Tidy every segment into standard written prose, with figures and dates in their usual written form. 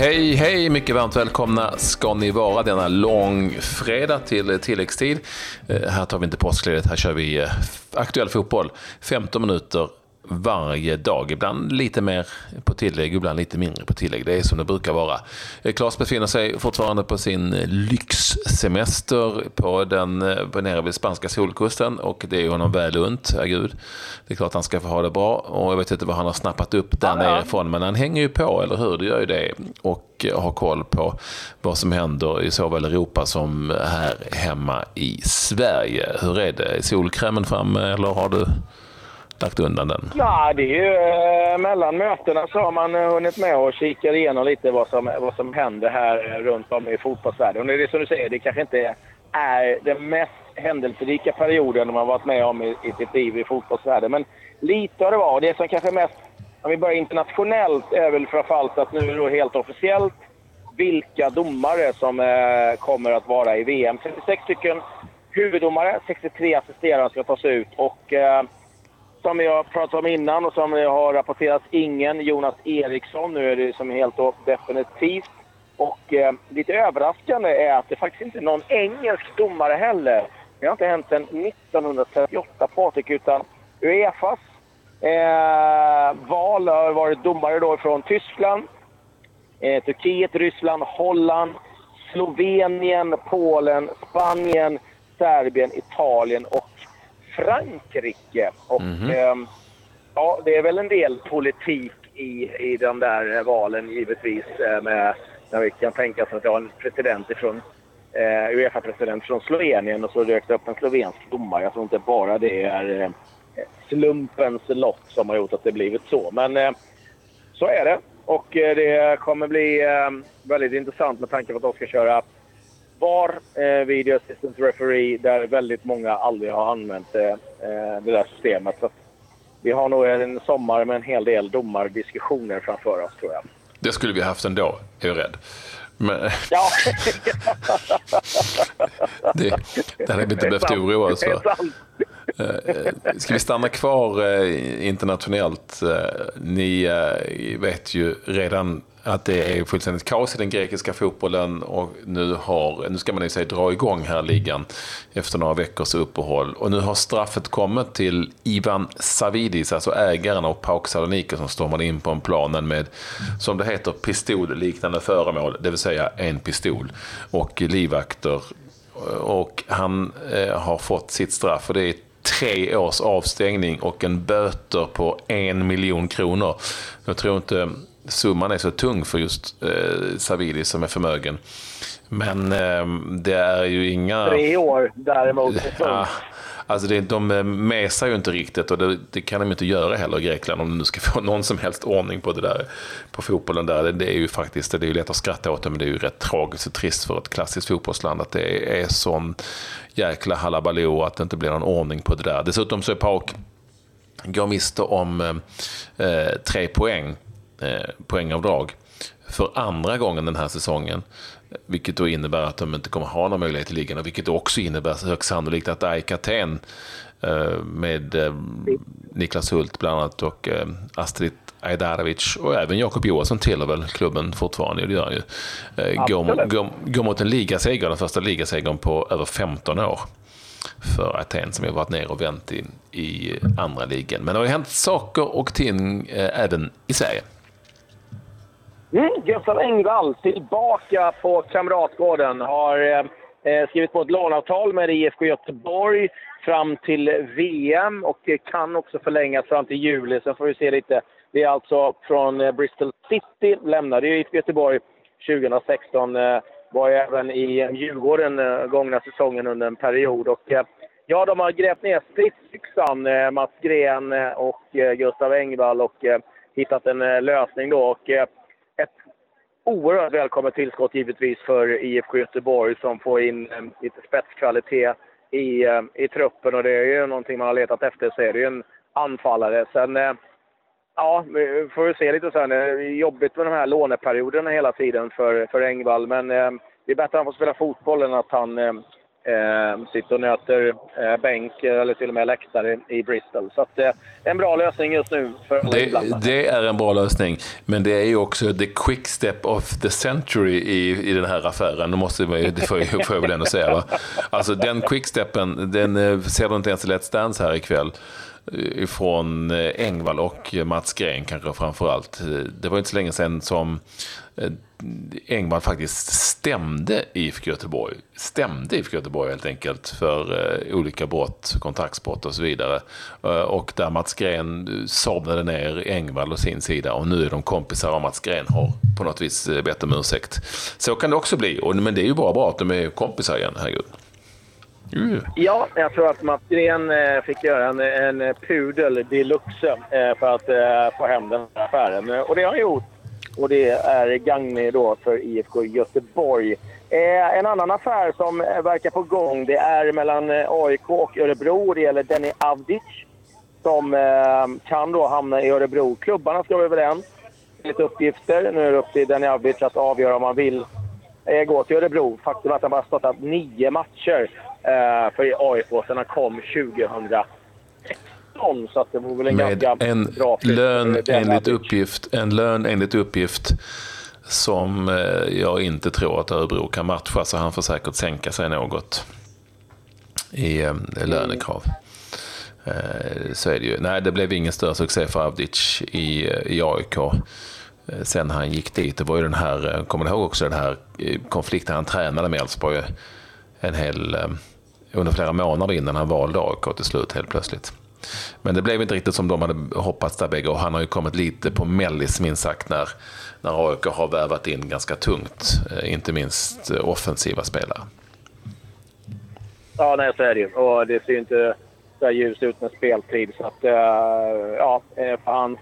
Hej, hej! Mycket varmt välkomna ska ni vara denna lång fredag till tilläggstid. Här tar vi inte påskledigt, här kör vi aktuell fotboll. 15 minuter varje dag. Ibland lite mer på tillägg, ibland lite mindre på tillägg. Det är som det brukar vara. Claes befinner sig fortfarande på sin lyxsemester nere vid spanska solkusten och det är honom väl unt, gud. Det är klart han ska få ha det bra och jag vet inte vad han har snappat upp där nerifrån, men han hänger ju på, eller hur? Det gör ju det, och har koll på vad som händer i såväl Europa som här hemma i Sverige. Hur är det? Är solkrämen framme eller har du lagt undan den? Ja, det är ju mellan mötena så har man hunnit med och kika igenom lite vad som händer här runt om i fotbollsvärlden. Och det är som du säger, det kanske inte är den mest händelserika perioden man varit med om i sitt liv i fotbollsvärlden. Men lite av det var. Det som kanske mest, om vi börjar internationellt, är väl framförallt att nu är det helt officiellt vilka domare som kommer att vara i VM. 36 stycken huvuddomare, 63 assisterande ska tas ut och som jag pratade om innan och som jag har rapporterats ingen, Jonas Eriksson, nu är det som helt definitivt. Och lite överraskande är att det faktiskt inte är någon engelsk domare heller. Det har inte hänt sedan 1938, Patrik, utan UEFAs val har varit domare då från Tyskland, Turkiet, Ryssland, Holland, Slovenien, Polen, Spanien, Serbien, Italien och Frankrike. Och ja, det är väl en del politik i de där valen givetvis, med när vi kan tänka oss att jag har en president ifrån UEFA-president från Slovenien och så rökt upp en slovensk domare. Jag tror inte bara det är slumpens lott som har gjort att det blivit så, men så är det. Och det kommer bli väldigt intressant med tanke på att de ska köra video assistant referee, där väldigt många aldrig har använt det där systemet. Så vi har nog en sommar med en hel del domardiskussioner framför oss, tror jag. Det skulle vi haft ändå, är jag rädd. Men ja. det hade vi inte behövt oroa oss för. Ska vi stanna kvar internationellt? Ni vet ju redan att det är fullständigt kaos i den grekiska fotbollen och nu ska man ju säga dra igång här ligan efter några veckors uppehåll. Och nu har straffet kommit till Ivan Savidis, alltså ägaren av PAOK Salonika, som stormade in på en planen med, som det heter, pistolliknande föremål, det vill säga en pistol och livvakter. Och han har fått sitt straff och det är 3 års avstängning och en böter på 1 miljon kronor. Jag tror inte summan är så tung för just Savidis som är förmögen. Men det är ju inga... 3 år däremot. Ja, alltså de mäsar ju inte riktigt och det kan de inte göra heller i Grekland om de nu ska få någon som helst ordning på det där, på fotbollen där. Det är ju faktiskt, det är ju lätt att skratta åt det, men det är ju rätt tragiskt och trist för ett klassiskt fotbollsland att det är sån jäkla halabaloo att det inte blir någon ordning på det där. Dessutom så är PAOK går miste om 3 poängavdrag för andra gången den här säsongen, vilket då innebär att de inte kommer ha någon möjlighet i ligan, och vilket också innebär högst sannolikt att AEK Aten med Niklas Hult bland annat och Astrid Ajdarevic och även Jakob Johansson tillhör väl klubben fortfarande, det gör ju, går mot en ligaseger, den första ligasegern på över 15 år för Aten, som har varit ner och vänt i andra ligan. Men det har ju hänt saker och ting även i Sverige. Gustav Engvall tillbaka på Kamratgården, har skrivit på ett lånavtal med IFK Göteborg fram till VM och kan också förlängas fram till juli. Sen får vi se lite. Det är alltså från Bristol City, lämnade ju IFK Göteborg 2016, var ju även i Djurgården gångna säsongen under en period. Och ja, de har grävt ner stridsyxan, Mats Gren och Gustav Engvall, och hittat en lösning då. Och ett oerhört välkommet tillskott givetvis för IFK Göteborg, som får in lite spetskvalitet i truppen, och det är ju någonting man har letat efter, så är det ju en anfallare. Sen ja, vi får se lite sen. Det är jobbigt med de här låneperioderna hela tiden för Engvall, men det är bättre att han får spela fotboll än att han sitter och nöter bänk eller till och med läktare i Bristol. Så att, en bra lösning just nu för alla inblandade. Det är en bra lösning, men det är ju också the quick step of the century i den här affären. Det får jag väl ändå säga, va? Alltså den quicksteppen, den ser du inte ens i Let's Dance här ikväll. Ifrån Engvall och Mats Gren kanske framförallt. Det var inte så länge sedan som Engvall faktiskt stämde IFK Göteborg helt enkelt för olika brott, kontraktsbrott och så vidare. Och där Mats Gren sabnade ner Engvall och sin sida, och nu är de kompisar, och Mats Gren har på något vis bett om ursäkt. Så kan det också bli, men det är ju bara bra att de är kompisar igen, herregud. Ja, jag tror att Mats Gren fick göra en pudel deluxe för att få hem den här affären. Och det har han gjort. Och det är gagnig då för IFK Göteborg. En annan affär som verkar på gång, det är mellan AIK och Örebro. Det gäller Denny Avdic som kan då hamna i Örebro. Klubbarna ska vara överens. Lite uppgifter. Nu är det upp till Denny Avdic att avgöra om man vill gå till Örebro. Faktum är att han bara startat 9 matcher för AIK sedan han kom 2016. Så att det var väl en ganska bra en lön enligt uppgift som jag inte tror att Örebro kan matcha, så han får säkert sänka sig något i lönekrav. Så är det ju. Nej, det blev ingen större succé för Avdic i AIK. Sen han gick dit, det var ju den här, kommer du ihåg också den här konflikten han tränade med Elfsborg under flera månader innan han valde AIK till slut helt plötsligt. Men det blev inte riktigt som de hade hoppats där bägge, och han har ju kommit lite på mellis minst sagt när AIK har vävat in ganska tungt, inte minst offensiva spelare. Ja, nej, så är det ju. Och det ser ju inte så här ljus ut med speltid, så att för hans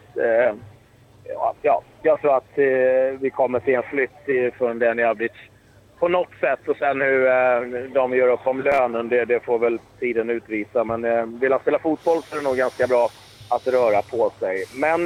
jag tror att vi kommer se en flytt från Denny Avdic på något sätt, och sen hur de gör upp om lönen, det får väl tiden utvisa. Men vill han spela fotboll så är det nog ganska bra att röra på sig. Men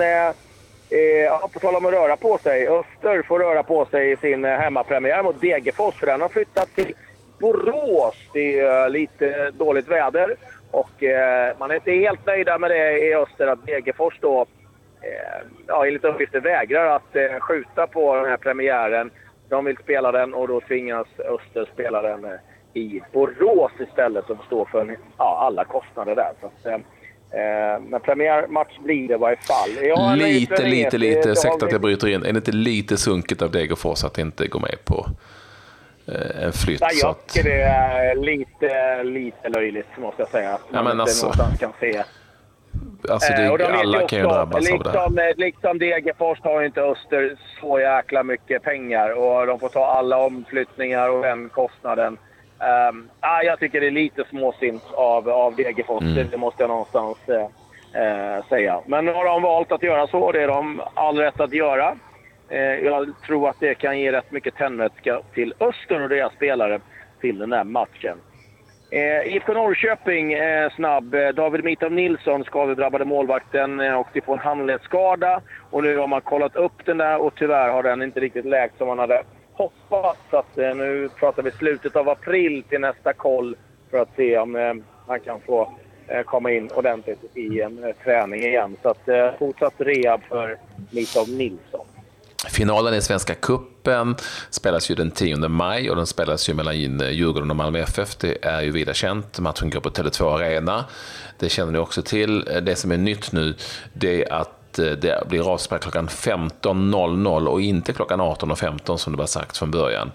på tal om att röra på sig, Öster får röra på sig i sin hemmapremiär mot Degerfors, för den har flyttat till Borås. Det är lite dåligt väder, och man är inte helt nöjda med det i Öster, att Degerfors då enligt uppgifter vägrar att skjuta på den här premiären. De vill spela den, och då tvingas Öster spela den i Borås istället, och stå för alla kostnader där. Så att, men premiärmatch blir det i varje fall. Lite, ursäkta att jag bryter in. Är det inte lite sunkigt av Degerfors att inte gå med på en flytt? Nej, jag tycker det är lite löjligt, måste jag säga. Ja, men alltså, någonstans kan se. Alltså alla kan ju drabbas av det. Liksom Degerfors har ju inte Öster så jäkla mycket pengar, och de får ta alla omflyttningar och den kostnaden. Jag tycker det är lite småsint av Degerfors, det måste jag någonstans säga. Men nu har de valt att göra så, det är de all rätt att göra. Jag tror att det kan ge rätt mycket tändvätska till Öster och deras spelare till den här matchen. IFK Norrköping snabb. David Mitov Nilsson, skadedrabbade målvakten, åkte på en handledsskada, och nu har man kollat upp den där, och tyvärr har den inte riktigt läkt som man hade hoppats. Så att, nu pratar vi slutet av april till nästa koll för att se om han kan få komma in ordentligt i en träning igen. Så att fortsatt rehab för Mitov Nilsson. Finalen i Svenska Cupen spelas ju den 10 maj, och den spelas ju mellan Djurgården och Malmö FF. Det är ju vida känt. Matchen går på Tele2 Arena. Det känner ni också till. Det som är nytt nu, det är att det blir avspark klockan 15.00 och inte klockan 18.15 som det var sagt från början.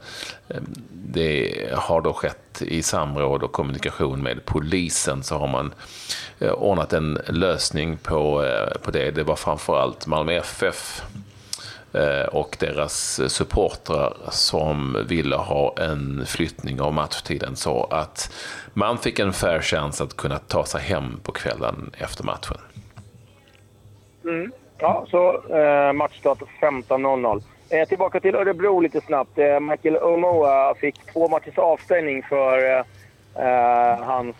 Det har då skett i samråd och kommunikation med polisen, så har man ordnat en lösning på det. Det var framförallt Malmö FF och deras supportrar som ville ha en flyttning av matchtiden, så att man fick en fair chans att kunna ta sig hem på kvällen efter matchen. Ja, så matchstart 15.00. Tillbaka till Örebro lite snabbt. Michael Omoa fick 2 matchers avstängning för hans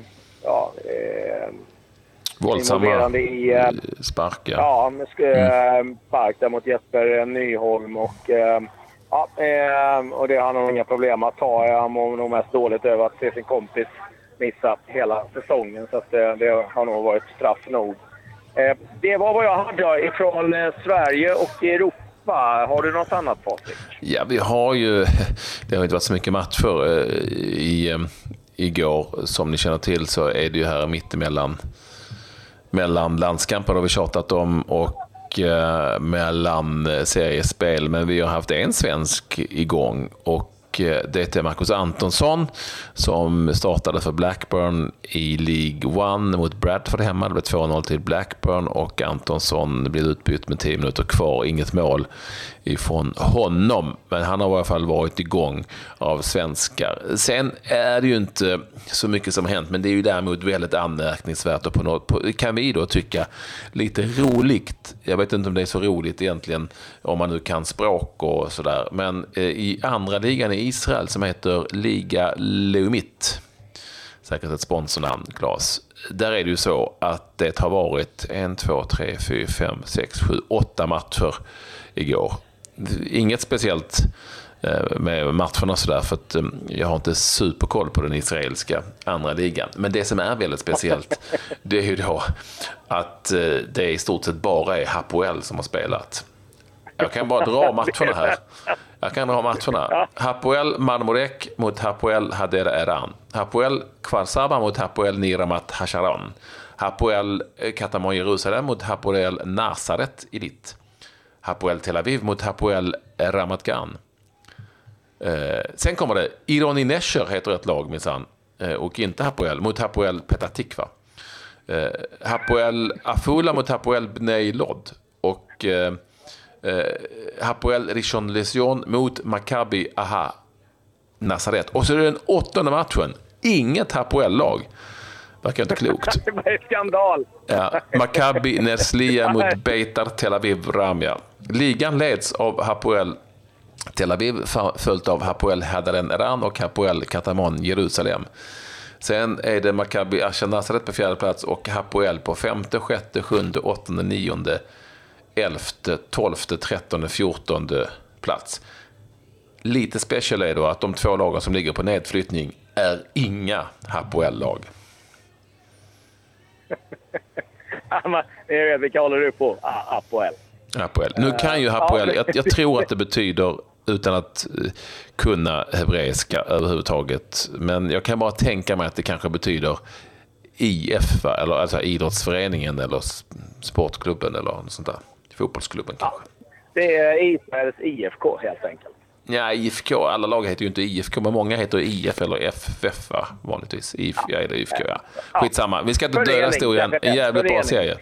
våldsamma spark. Ja, spark där mot Jesper Nyholm, och Ja, och det har han nog inga problem att ta. Han mår nog mest dåligt över att se sin kompis missa hela säsongen. Så att det har nog varit straff nog. Det var vad jag hade ifrån Sverige och Europa. Har du något annat, Patrik? Ja, det har inte varit så mycket matcher igår. Som ni känner till så är det ju här mittemellan landskamper har vi tjatat om och mellan seriespel, men vi har haft en svensk igång och det är Marcus Antonsson som startade för Blackburn i League 1 mot Bradford hemma. Det blev 2-0 till Blackburn och Antonsson blev utbytt med 10 minuter kvar. Inget mål ifrån honom, men han har i alla fall varit igång av svenskar. Sen är det ju inte så mycket som har hänt, men det är ju däremot väldigt anmärkningsvärt och kan vi då tycka lite roligt. Jag vet inte om det är så roligt egentligen om man nu kan språk och sådär, men i andra ligan i Israel som heter Liga Leumit, säkert ett sponsornamn, Claes. Där är det ju så att det har varit 1, 2, 3, 4, 5, 6, 7, 8 matcher igår. Inget speciellt med matcherna sådär, för att jag har inte superkoll på den israeliska andra ligan. Men det som är väldigt speciellt, det är ju då att det i stort sett bara är Hapoel som har spelat. Jag kan bara dra matcherna här. Hapoel Marmorek mot Hapoel Hadera Eran. Hapoel Kfar Saba mot Hapoel Niramat Hasharon. Hapoel Katamon Jerusalem mot Hapoel Nazaret Elit. Hapoel Tel Aviv mot Hapoel Ramat Gan. Sen kommer det Ironi Nesher heter ett lag minsann, och inte Hapoel, mot Hapoel Petah Tikva. Hapoel Afula mot Hapoel Bnei Lod och Hapoel Rishon Lezion mot Maccabi Aha Nazaret. Och så är det den 8:e matchen. Inget Hapoel-lag. Verkar inte klokt. Det var en skandal. Ja, Maccabi Nerslia mot Beitar Tel Aviv Ramia. Ligan leds av Hapoel Tel Aviv följt av Hapoel Hadaren Eran och Hapoel Katamon Jerusalem. Sen är det Maccabi Asher Nazaret på 4:e plats och Hapoel på 5:e, 6:e, 7:e, 8:e, 9:e, 11:e, 12:e, 13:e, 14:e plats. Lite special är då att de 2 lagen som ligger på nedflyttning är inga Hapoel-lag. Vilka håller du på? Hapoel. Nu kan ju Hapoel, jag tror att det betyder, utan att kunna hebreiska överhuvudtaget, men jag kan bara tänka mig att det kanske betyder IF, eller alltså idrottsföreningen eller sportklubben eller något sånt där. Fotbollsklubben kanske. Det är Israels IFK helt enkelt. Ja, IFK. Alla lag heter ju inte IFK, men många heter IF eller FF vanligtvis. IFK, ja. Skitsamma. Vi ska inte döda historien. En jävligt bra serie.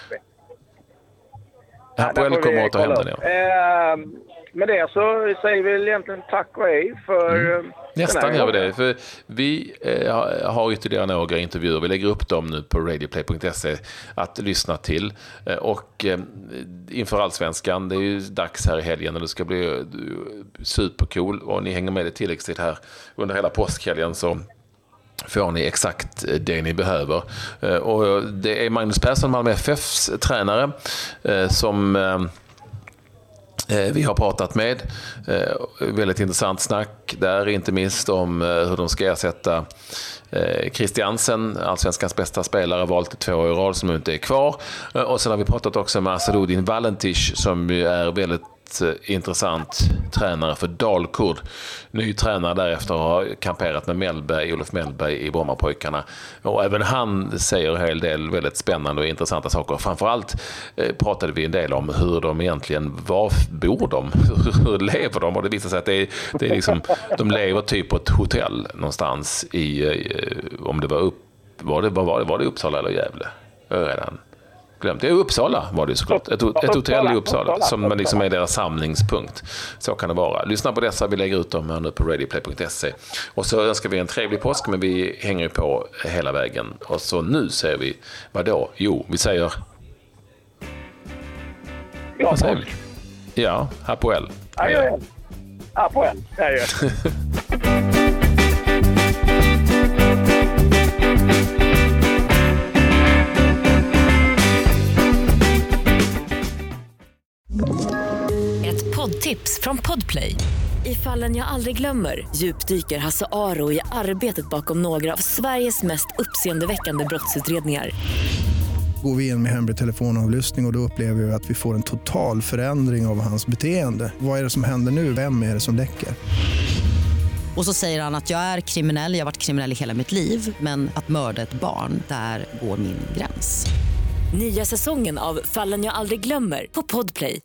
Hapoel kommer att ta hem den igen. Med det så säger vi egentligen tack och hej för... Nästan gör vi det. För vi har ytterligare några intervjuer. Vi lägger upp dem nu på radioplay.se att lyssna till. Och inför Allsvenskan, det är ju dags här i helgen och det ska bli supercool. Och ni hänger med det tilläggstid här under hela påskhelgen, så får ni exakt det ni behöver. Och det är Magnus Persson, Malmö FFs tränare, som vi har pratat med. Väldigt intressant snack där, inte minst om hur de ska ersätta Christiansen, Allsvenskans bästa spelare, valt i 2 år i rad, som inte är kvar. Och sen har vi pratat också med Asadudin Valentish, som är väldigt intressant tränare för Dalkurd. Ny tränare därefter har kamperat med Olof Mellberg i Brommapojkarna. Och även han säger en hel del väldigt spännande och intressanta saker. Framförallt pratade vi en del om hur de egentligen, var bor de? Hur lever de? Och det visar sig att det är liksom, de lever typ på ett hotell någonstans i, om det var det Uppsala eller Gävle? Redan glömt. Det är Uppsala var det såklart. Ett hotell i Uppsala som liksom är deras samlingspunkt. Så kan det vara. Lyssna på dessa, vi lägger ut dem här nu på radioplay.se. Och så önskar vi en trevlig påsk, men vi hänger på hela vägen. Och så nu säger vi, vadå? Jo, vi säger... Vad säger vi? Ja, Hapoel. Hapoel. Poddtips från Podplay. I Fallen jag aldrig glömmer djupdyker Hasse Aro i arbetet bakom några av Sveriges mest uppseendeväckande brottsutredningar. Går vi in med hemlig telefonavlyssning och då upplever vi att vi får en total förändring av hans beteende. Vad är det som händer nu? Vem är det som läcker? Och så säger han att jag är kriminell, jag har varit kriminell i hela mitt liv. Men att mörda ett barn, där går min gräns. Nya säsongen av Fallen jag aldrig glömmer på Podplay.